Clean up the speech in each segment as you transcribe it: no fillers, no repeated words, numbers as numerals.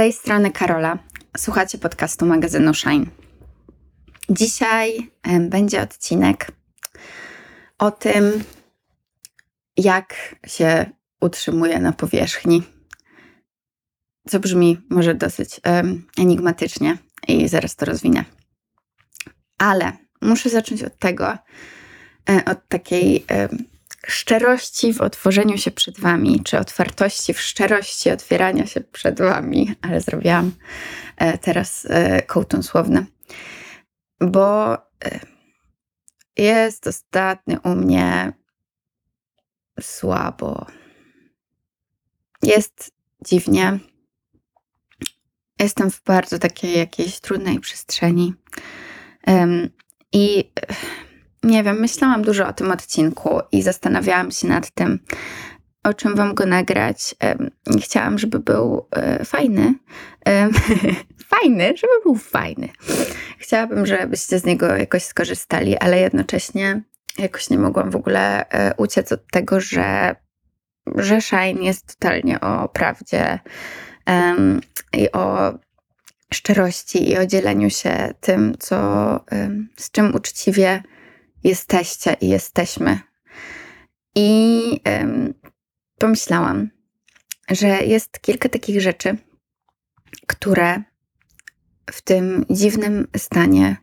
tej strony Karola. Słuchacie podcastu magazynu Shine. Dzisiaj będzie odcinek o tym, jak się utrzymuje na powierzchni. Co brzmi może dosyć enigmatycznie i zaraz to rozwinę. Ale muszę zacząć od tego, od takiej szczerości w otworzeniu się przed wami, czy otwartości w szczerości otwierania się przed wami, ale zrobiłam teraz kołtun słowny, bo jest ostatnio u mnie słabo. Jest dziwnie. Jestem w bardzo takiej jakiejś trudnej przestrzeni i nie wiem, myślałam dużo o tym odcinku i zastanawiałam się nad tym, o czym wam go nagrać. Chciałam, żeby był fajny. Żeby był fajny. Chciałabym, żebyście z niego jakoś skorzystali, ale jednocześnie jakoś nie mogłam w ogóle uciec od tego, że Shine jest totalnie o prawdzie i o szczerości i o dzieleniu się tym, z czym uczciwie jesteście i jesteśmy. I pomyślałam, że jest kilka takich rzeczy, które w tym dziwnym stanie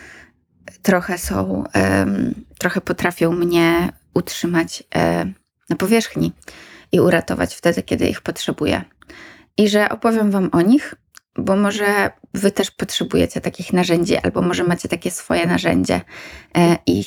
trochę potrafią mnie utrzymać na powierzchni i uratować wtedy, kiedy ich potrzebuję. I że opowiem wam o nich, bo może wy też potrzebujecie takich narzędzi, albo może macie takie swoje narzędzia i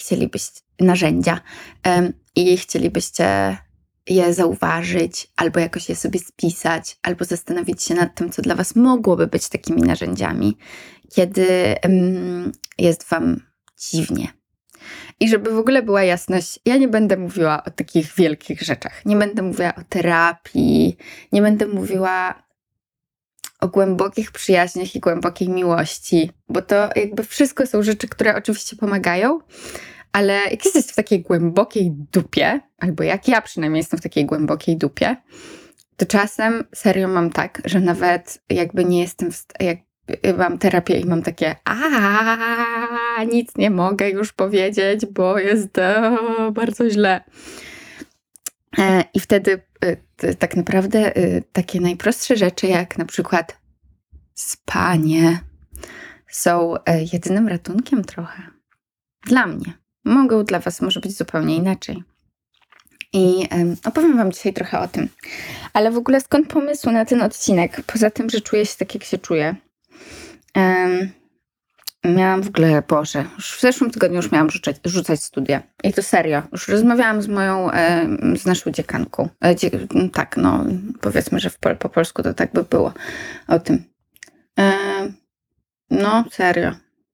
chcielibyście je zauważyć, albo jakoś je sobie spisać, albo zastanowić się nad tym, co dla was mogłoby być takimi narzędziami, kiedy jest wam dziwnie. I żeby w ogóle była jasność, ja nie będę mówiła o takich wielkich rzeczach. Nie będę mówiła o terapii, nie będę mówiła o głębokich przyjaźniach i głębokiej miłości, bo to jakby wszystko są rzeczy, które oczywiście pomagają, ale jak jesteś w takiej głębokiej dupie, albo jak ja przynajmniej jestem w takiej głębokiej dupie, to czasem serio mam tak, że nawet jakby nie jestem jak mam terapię i mam takie nic nie mogę już powiedzieć, bo jest bardzo źle. I wtedy tak naprawdę takie najprostsze rzeczy, jak na przykład spanie, są jedynym ratunkiem trochę. Dla mnie. Dla was może być zupełnie inaczej. I opowiem wam dzisiaj trochę o tym. Ale w ogóle skąd pomysł na ten odcinek? Poza tym, że czuję się tak, jak się czuję. Miałam w ogóle, już w zeszłym tygodniu już miałam rzucać studia. I to serio. Już rozmawiałam z naszą dziekanką. Tak, powiedzmy, że po polsku to tak by było o tym. Serio.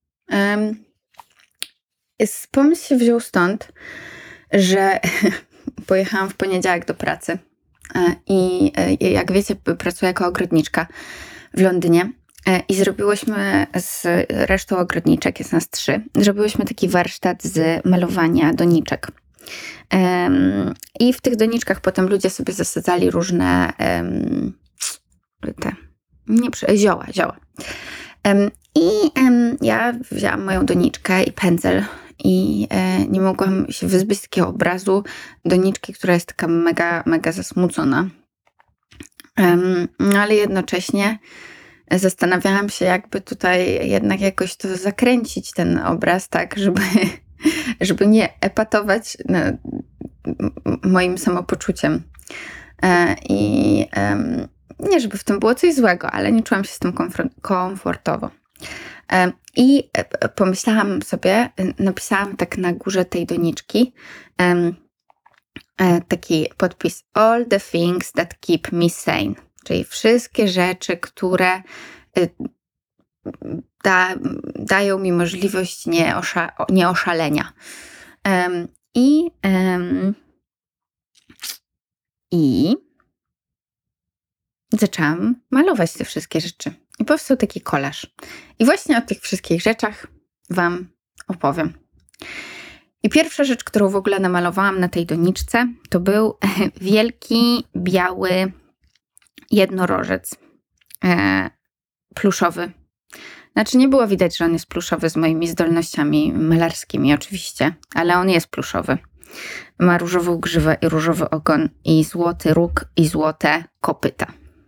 Pomysł się wziął stąd, że pojechałam w poniedziałek do pracy i jak wiecie, pracuję jako ogrodniczka w Londynie. I zrobiłyśmy z resztą ogrodniczek, jest nas 3, zrobiłyśmy taki warsztat z malowania doniczek. I w tych doniczkach potem ludzie sobie zasadzali różne zioła. Ja wzięłam moją doniczkę i pędzel i nie mogłam się wyzbyć z takiego obrazu doniczki, która jest taka mega, mega zasmucona. Ale jednocześnie zastanawiałam się, jakby tutaj jednak jakoś to zakręcić, ten obraz, tak, żeby nie epatować moim samopoczuciem. Nie, żeby w tym było coś złego, ale nie czułam się z tym komfortowo. I pomyślałam sobie, napisałam tak na górze tej doniczki taki podpis: All the things that keep me sane. Czyli wszystkie rzeczy, które dają mi możliwość nieoszalenia. I zaczęłam malować te wszystkie rzeczy. I powstał taki kolaż. I właśnie o tych wszystkich rzeczach wam opowiem. I pierwsza rzecz, którą w ogóle namalowałam na tej doniczce, to był wielki, biały jednorożec. pluszowy. Znaczy nie było widać, że on jest pluszowy z moimi zdolnościami malarskimi oczywiście, ale on jest pluszowy. Ma różową grzywę i różowy ogon i złoty róg i złote kopyta.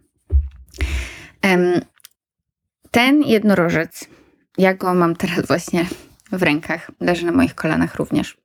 Ten jednorożec, ja go mam teraz właśnie w rękach, leży na moich kolanach również.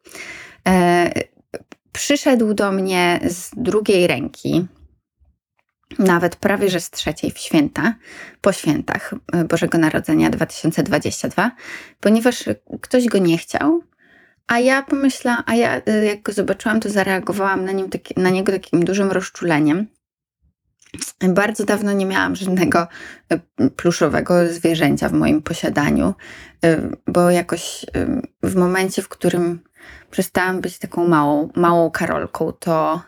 Przyszedł do mnie z drugiej ręki, nawet prawie że z trzeciej w święta, po świętach Bożego Narodzenia 2022, ponieważ ktoś go nie chciał, a ja pomyślałam, jak go zobaczyłam, to zareagowałam na niego takim dużym rozczuleniem. Bardzo dawno nie miałam żadnego pluszowego zwierzęcia w moim posiadaniu, bo jakoś w momencie, w którym przestałam być taką małą Karolką, to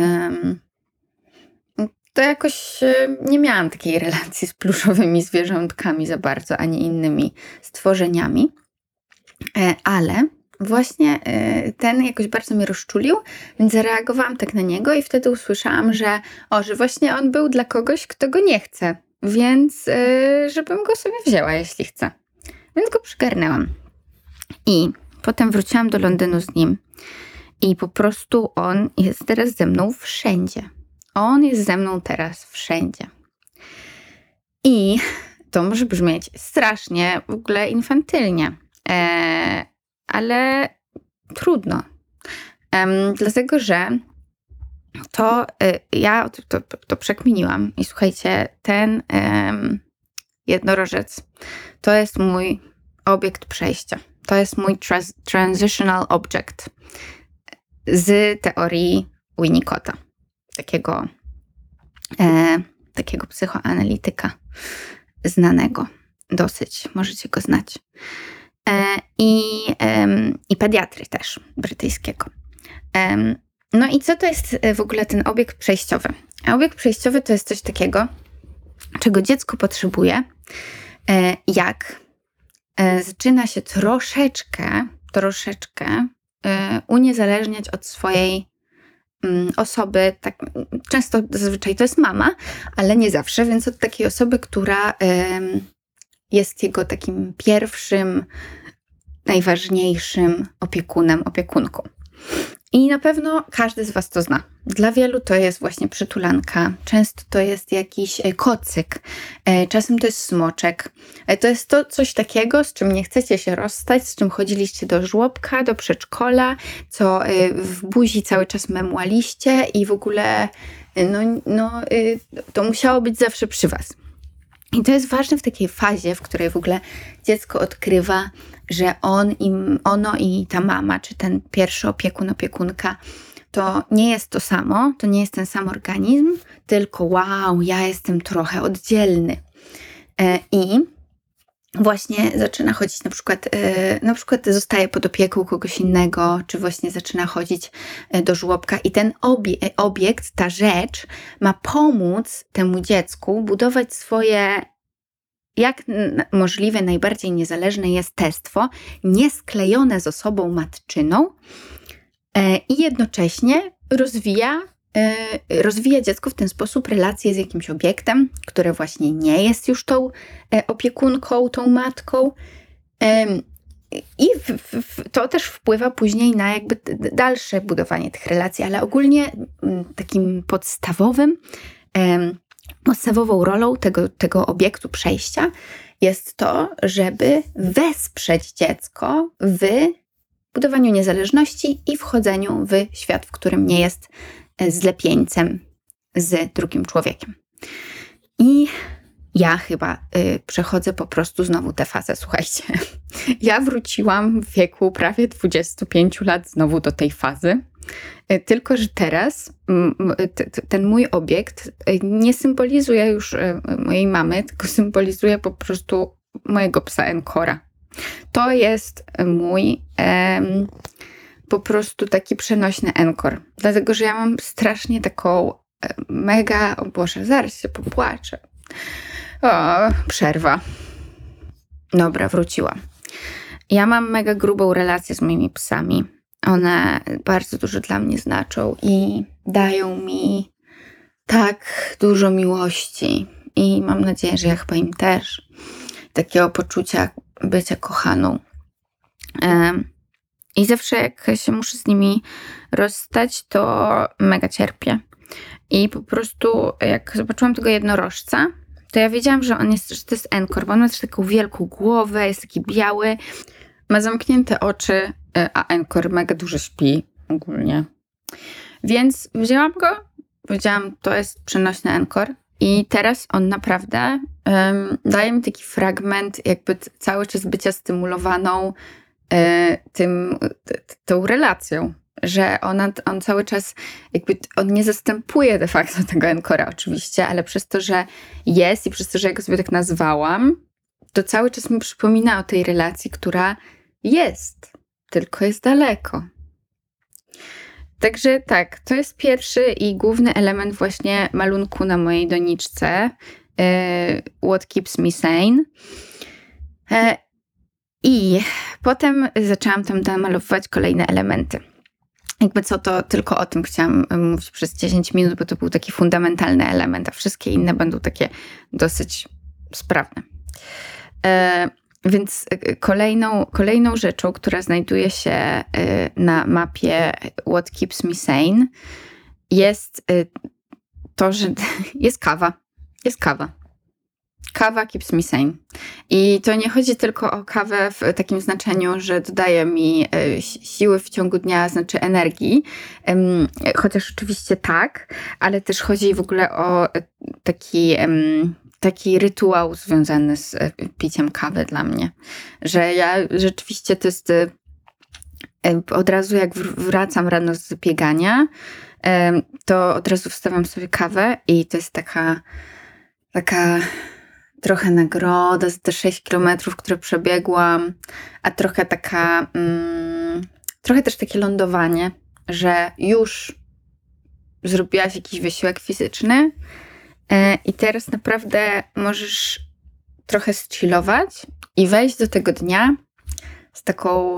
jakoś nie miałam takiej relacji z pluszowymi zwierzątkami za bardzo, ani innymi stworzeniami. Ale właśnie ten jakoś bardzo mnie rozczulił, więc zareagowałam tak na niego i wtedy usłyszałam, że właśnie on był dla kogoś, kto go nie chce, więc żebym go sobie wzięła, jeśli chce. Więc go przygarnęłam. I potem wróciłam do Londynu z nim i po prostu on jest teraz ze mną wszędzie. On jest ze mną teraz wszędzie. I to może brzmieć strasznie, w ogóle infantylnie, ale trudno. Dlatego, że ja to przekminiłam i słuchajcie, ten jednorożec to jest mój obiekt przejścia. To jest mój transitional object z teorii Winnicota. Takiego psychoanalityka znanego dosyć, możecie go znać. I pediatry też brytyjskiego. No i co to jest w ogóle ten obiekt przejściowy? A obiekt przejściowy to jest coś takiego, czego dziecko potrzebuje, jak zaczyna się troszeczkę uniezależniać od swojej osoby, tak często zazwyczaj to jest mama, ale nie zawsze, więc od takiej osoby, która jest jego takim pierwszym, najważniejszym opiekunką. I na pewno każdy z was to zna. Dla wielu to jest właśnie przytulanka, często to jest jakiś kocyk, czasem to jest smoczek. To jest coś takiego, z czym nie chcecie się rozstać, z czym chodziliście do żłobka, do przedszkola, co w buzi cały czas memłaliście i w ogóle to musiało być zawsze przy was. I to jest ważne w takiej fazie, w której w ogóle dziecko odkrywa, że ono i ta mama, czy ten pierwszy opiekunka, to nie jest to samo, to nie jest ten sam organizm, tylko wow, ja jestem trochę oddzielny. I właśnie zaczyna chodzić na przykład zostaje pod opieką kogoś innego, czy właśnie zaczyna chodzić do żłobka i ten obiekt, ta rzecz ma pomóc temu dziecku budować swoje jak możliwe najbardziej niezależne jestestwo, niesklejone z osobą matczyną i jednocześnie rozwija dziecko w ten sposób relacje z jakimś obiektem, które właśnie nie jest już tą opiekunką, tą matką. I to też wpływa później na jakby dalsze budowanie tych relacji, ale ogólnie takim podstawową rolą tego obiektu przejścia jest to, żeby wesprzeć dziecko w budowaniu niezależności i wchodzeniu w świat, w którym nie jest zlepieńcem z drugim człowiekiem. I ja chyba przechodzę po prostu znowu tę fazę. Słuchajcie, ja wróciłam w wieku prawie 25 lat znowu do tej fazy, tylko że teraz ten mój obiekt nie symbolizuje już mojej mamy, tylko symbolizuje po prostu mojego psa Encora. To jest mój po prostu taki przenośny Encor, dlatego że ja mam strasznie taką mega, o Boże, zaraz się popłaczę. Przerwa. Dobra, wróciłam. Ja mam mega grubą relację z moimi psami. One bardzo dużo dla mnie znaczą i dają mi tak dużo miłości i mam nadzieję, że ja chyba im też. Takiego poczucia bycia kochaną. I zawsze jak się muszę z nimi rozstać, to mega cierpię. I po prostu jak zobaczyłam tego jednorożca, to ja wiedziałam, że to jest Encore, bo on ma też taką wielką głowę, jest taki biały, ma zamknięte oczy, a Encore mega dużo śpi ogólnie. Więc wzięłam go, powiedziałam, to jest przenośny Encore. I teraz on naprawdę daje mi taki fragment jakby cały czas bycia stymulowaną tą relacją, że on cały czas jakby, on nie zastępuje de facto tego Encora oczywiście, ale przez to, że jest i przez to, że ja go sobie tak nazwałam, to cały czas mi przypomina o tej relacji, która jest, tylko jest daleko. Także tak, to jest pierwszy i główny element właśnie malunku na mojej doniczce. What keeps me sane. I potem zaczęłam tam malować kolejne elementy. Jakby co, to tylko o tym chciałam mówić przez 10 minut, bo to był taki fundamentalny element, a wszystkie inne będą takie dosyć sprawne. Więc kolejną rzeczą, która znajduje się na mapie What Keeps Me Sane, jest to, że jest kawa. Jest kawa. Kawa keeps me sane. I to nie chodzi tylko o kawę w takim znaczeniu, że dodaje mi siły w ciągu dnia, znaczy energii, chociaż oczywiście tak, ale też chodzi w ogóle o taki rytuał związany z piciem kawy dla mnie. Że ja rzeczywiście to jest od razu jak wracam rano z biegania, to od razu wstawiam sobie kawę i to jest taka trochę nagroda za te 6 kilometrów, które przebiegłam, a trochę trochę też takie lądowanie, że już zrobiłaś jakiś wysiłek fizyczny i teraz naprawdę możesz trochę zchillować i wejść do tego dnia z taką,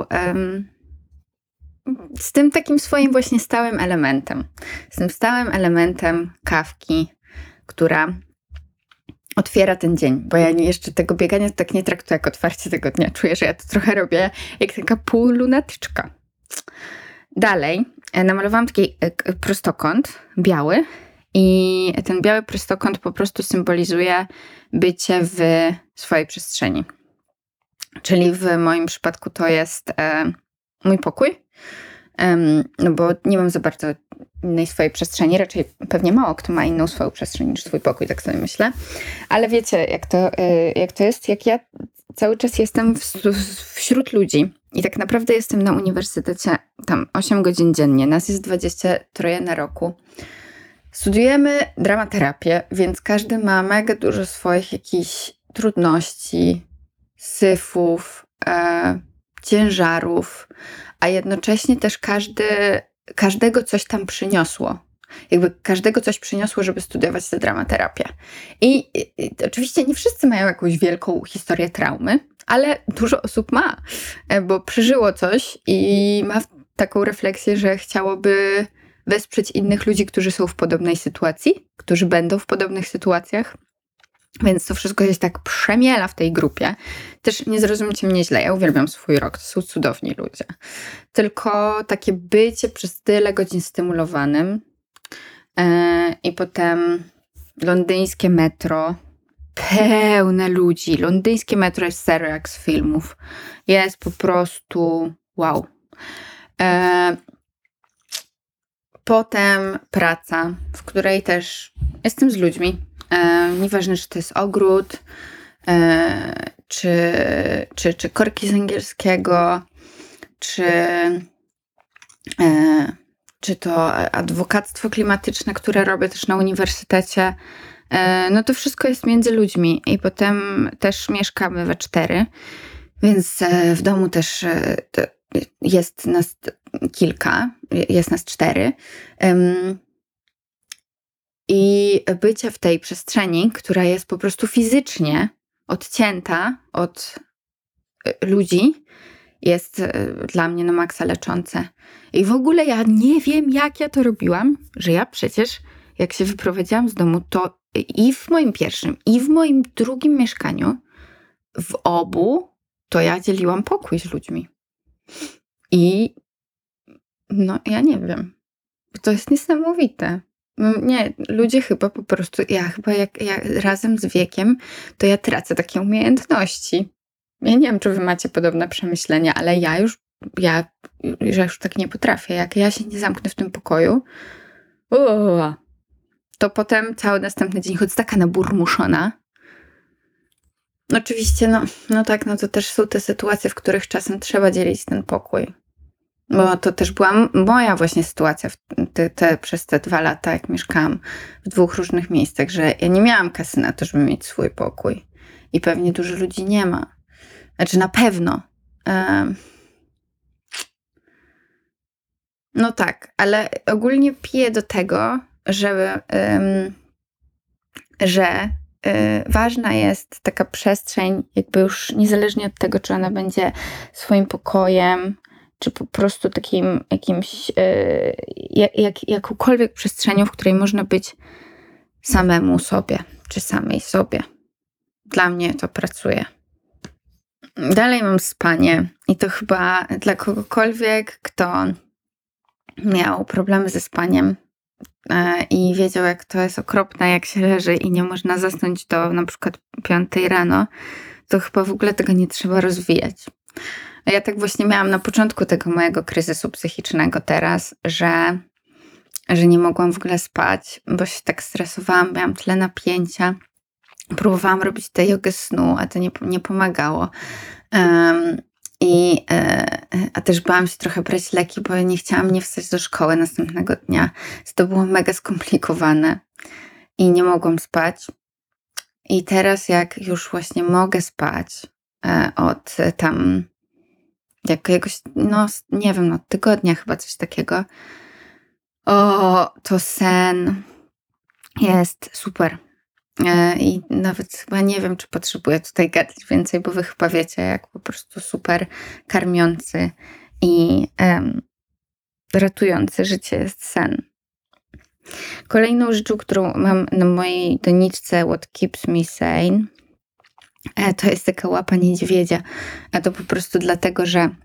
z tym takim swoim właśnie stałym elementem. Z tym stałym elementem kawki, która otwiera ten dzień, bo ja jeszcze tego biegania tak nie traktuję jak otwarcie tego dnia. Czuję, że ja to trochę robię jak taka półlunatyczka. Dalej namalowałam taki prostokąt biały i ten biały prostokąt po prostu symbolizuje bycie w swojej przestrzeni. Czyli w moim przypadku to jest mój pokój, no bo nie mam za bardzo innej swojej przestrzeni, raczej pewnie mało kto ma inną swoją przestrzeń niż swój pokój, tak sobie myślę. Ale wiecie, jak to jest, jak ja cały czas jestem wśród ludzi i tak naprawdę jestem na uniwersytecie tam 8 godzin dziennie, nas jest 23 na roku. Studiujemy dramaterapię, więc każdy ma mega dużo swoich jakichś trudności, syfów, ciężarów, a jednocześnie też każdego coś tam przyniosło. Jakby każdego coś przyniosło, żeby studiować tę dramaterapię. I oczywiście nie wszyscy mają jakąś wielką historię traumy, ale dużo osób ma, bo przeżyło coś i ma taką refleksję, że chciałoby wesprzeć innych ludzi, którzy są w podobnej sytuacji, którzy będą w podobnych sytuacjach. Więc to wszystko się tak przemiela w tej grupie. Też nie zrozumcie mnie źle, ja uwielbiam swój rok, to są cudowni ludzie. Tylko takie bycie przez tyle godzin stymulowanym i potem londyńskie metro, pełne ludzi. Londyńskie metro jest serio jak z filmów. Jest po prostu wow. Potem praca, w której też jestem z ludźmi. Nieważne, czy to jest ogród, czy korki z angielskiego, czy to adwokactwo klimatyczne, które robię też na uniwersytecie. No to wszystko jest między ludźmi i potem też mieszkamy we 4, więc w domu też jest nas kilka, jest nas 4. I bycie w tej przestrzeni, która jest po prostu fizycznie odcięta od ludzi, jest dla mnie na maksa leczące. I w ogóle ja nie wiem, jak ja to robiłam, że ja przecież, jak się wyprowadziłam z domu, to i w moim pierwszym, i w moim drugim mieszkaniu, w obu, to ja dzieliłam pokój z ludźmi. I no, ja nie wiem. To jest niesamowite. Nie, ludzie chyba po prostu, jak razem z wiekiem, to ja tracę takie umiejętności. Ja nie wiem, czy wy macie podobne przemyślenia, ale ja już tak nie potrafię. Jak ja się nie zamknę w tym pokoju, to potem cały następny dzień chodzę taka naburmuszona. Oczywiście, to też są te sytuacje, w których czasem trzeba dzielić ten pokój. Bo to też była moja właśnie sytuacja przez te 2 lata, jak mieszkałam w 2 różnych miejscach, że ja nie miałam kasy na to, żeby mieć swój pokój. I pewnie dużo ludzi nie ma. Znaczy na pewno. No tak, ale ogólnie piję do tego, że ważna jest taka przestrzeń, jakby już niezależnie od tego, czy ona będzie swoim pokojem, czy po prostu takim jakimś, jakąkolwiek przestrzenią, w której można być samemu sobie, czy samej sobie. Dla mnie to pracuje. Dalej mam spanie i to chyba dla kogokolwiek, kto miał problemy ze spaniem i wiedział, jak to jest okropne, jak się leży i nie można zasnąć do na przykład 5 rano, to chyba w ogóle tego nie trzeba rozwijać. Ja tak właśnie miałam na początku tego mojego kryzysu psychicznego teraz, że nie mogłam w ogóle spać, bo się tak stresowałam, miałam tyle napięcia. Próbowałam robić tę jogę snu, a to nie pomagało. A też bałam się trochę brać leki, bo nie chciałam nie wstać do szkoły następnego dnia. Więc to było mega skomplikowane i nie mogłam spać. I teraz jak już właśnie mogę spać od tam jakiegoś, nie wiem, od tygodnia chyba coś takiego, to sen jest super. I nawet chyba nie wiem, czy potrzebuję tutaj gadać więcej, bo wy chyba wiecie, jak po prostu super karmiący i ratujący życie jest sen. Kolejną rzeczą, którą mam na mojej doniczce What Keeps Me Sane, to jest taka łapa niedźwiedzia. A to po prostu dlatego,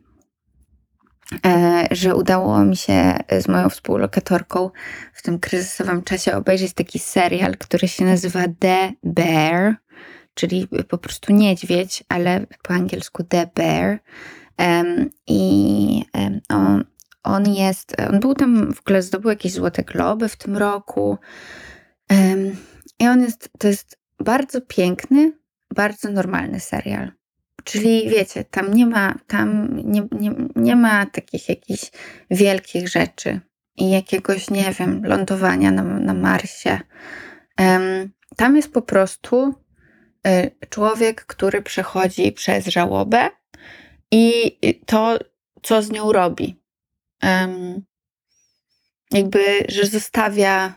że udało mi się z moją współlokatorką w tym kryzysowym czasie obejrzeć taki serial, który się nazywa The Bear, czyli po prostu niedźwiedź, ale po angielsku The Bear. On był tam, w ogóle zdobył jakieś Złote Globy w tym roku. I to jest bardzo piękny, bardzo normalny serial. Czyli wiecie, tam nie ma takich jakichś wielkich rzeczy i jakiegoś, nie wiem, lądowania na Marsie. Tam jest po prostu człowiek, który przechodzi przez żałobę i to, co z nią robi. Jakby, że zostawia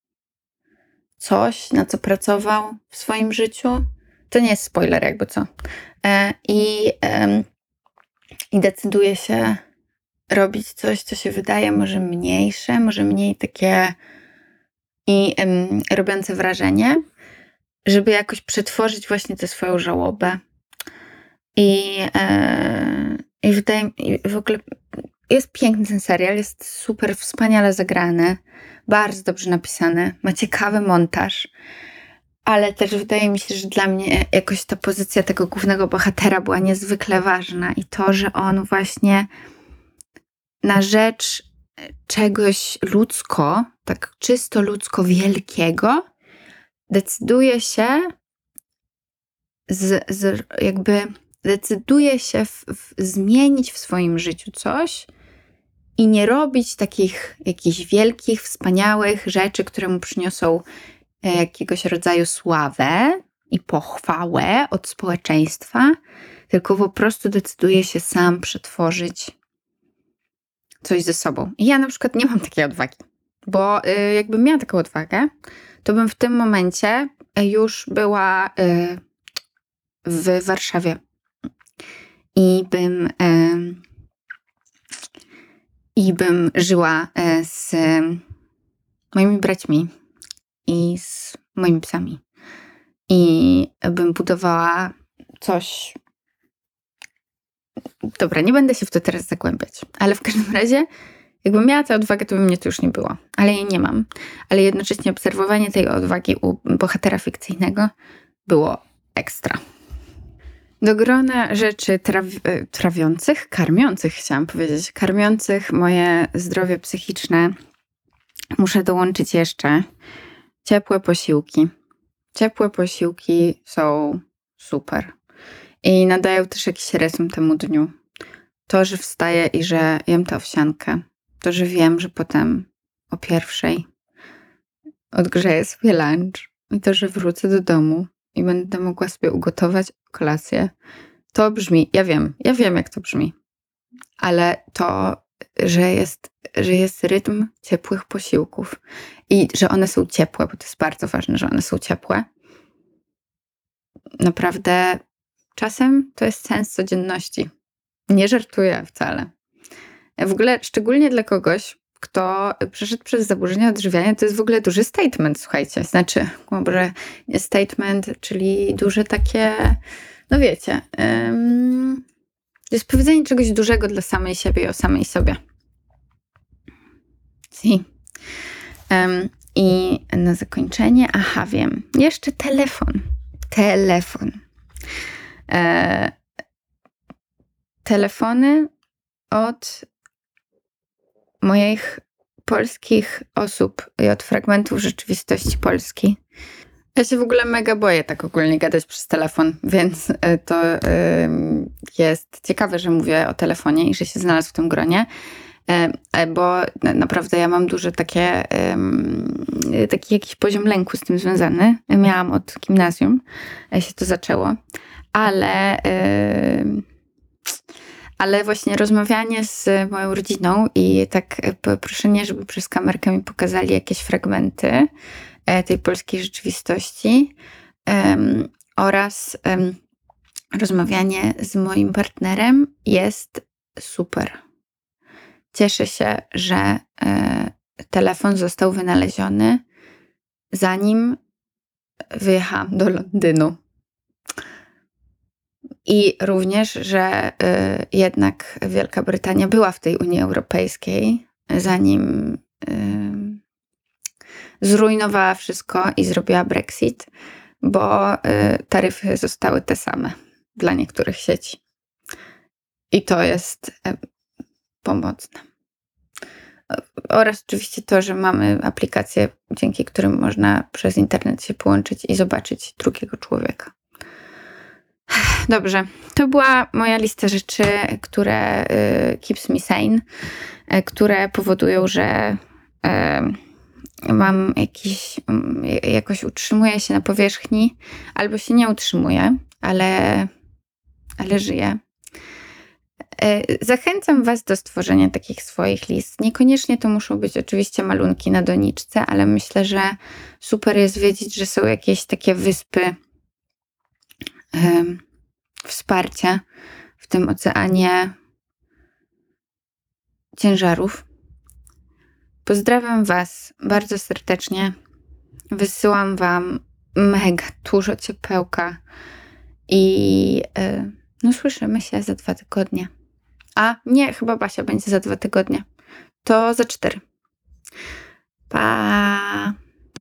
coś, na co pracował w swoim życiu. To nie jest spoiler, jakby co. I decyduje się robić coś, co się wydaje może mniejsze, może mniej takie i robiące wrażenie, żeby jakoś przetworzyć właśnie tę swoją żałobę. I wydaje mi się, w ogóle jest piękny ten serial, jest super, wspaniale zagrany, bardzo dobrze napisany, ma ciekawy montaż. Ale też wydaje mi się, że dla mnie jakoś ta pozycja tego głównego bohatera była niezwykle ważna i to, że on właśnie na rzecz czegoś tak czysto ludzko wielkiego, decyduje się zmienić w swoim życiu coś i nie robić takich jakichś wielkich, wspaniałych rzeczy, które mu przyniosą jakiegoś rodzaju sławę i pochwałę od społeczeństwa, tylko po prostu decyduje się sam przetworzyć coś ze sobą. I ja na przykład nie mam takiej odwagi, bo jakbym miała taką odwagę, to bym w tym momencie już była w Warszawie i bym żyła z moimi braćmi i z moimi psami. I bym budowała coś. Dobra, nie będę się w to teraz zagłębiać, ale w każdym razie, jakbym miała tę odwagę, to by mnie tu już nie było. Ale jej nie mam. Ale jednocześnie obserwowanie tej odwagi u bohatera fikcyjnego było ekstra. Do grona rzeczy karmiących, chciałam powiedzieć, karmiących moje zdrowie psychiczne muszę dołączyć jeszcze ciepłe posiłki. Ciepłe posiłki są super. I nadają też jakiś rytm temu dniu. To, że wstaję i że jem tę owsiankę. To, że wiem, że potem o 1:00 odgrzeję sobie lunch. I to, że wrócę do domu i będę mogła sobie ugotować kolację. To brzmi, ja wiem jak to brzmi. Ale to, że jest rytm ciepłych posiłków i że one są ciepłe, bo to jest bardzo ważne, że one są ciepłe. Naprawdę czasem to jest sens codzienności. Nie żartuję wcale. W ogóle szczególnie dla kogoś, kto przeszedł przez zaburzenia odżywiania, to jest w ogóle duży statement, słuchajcie. Znaczy, może statement, czyli duże takie, no wiecie, to jest powiedzenie czegoś dużego dla samej siebie i o samej sobie. I na zakończenie, wiem, jeszcze telefon. Telefony od moich polskich osób i od fragmentów rzeczywistości Polski. Ja się w ogóle mega boję tak ogólnie gadać przez telefon, więc to jest ciekawe, że mówię o telefonie i że się znalazł w tym gronie, bo naprawdę ja mam duży taki jakiś poziom lęku z tym związany. Miałam od gimnazjum, się to zaczęło, ale właśnie rozmawianie z moją rodziną i tak proszenie, żeby przez kamerkę mi pokazali jakieś fragmenty tej polskiej rzeczywistości oraz rozmawianie z moim partnerem jest super. Cieszę się, że telefon został wynaleziony, zanim wyjechałam do Londynu. I również, że jednak Wielka Brytania była w tej Unii Europejskiej, zanim zrujnowała wszystko i zrobiła Brexit, bo taryfy zostały te same dla niektórych sieci. I to jest pomocne. Oraz oczywiście to, że mamy aplikacje, dzięki którym można przez internet się połączyć i zobaczyć drugiego człowieka. Dobrze, to była moja lista rzeczy, które keeps me sane, które powodują, że mam jakoś utrzymuję się na powierzchni, albo się nie utrzymuję, ale żyję. Zachęcam Was do stworzenia takich swoich list. Niekoniecznie to muszą być oczywiście malunki na doniczce, ale myślę, że super jest wiedzieć, że są jakieś takie wyspy wsparcia w tym oceanie ciężarów. Pozdrawiam Was bardzo serdecznie. Wysyłam Wam mega dużo ciepełka i słyszymy się za 2 tygodnie. A nie, chyba Basia będzie za 2 tygodnie. To za 4. Pa!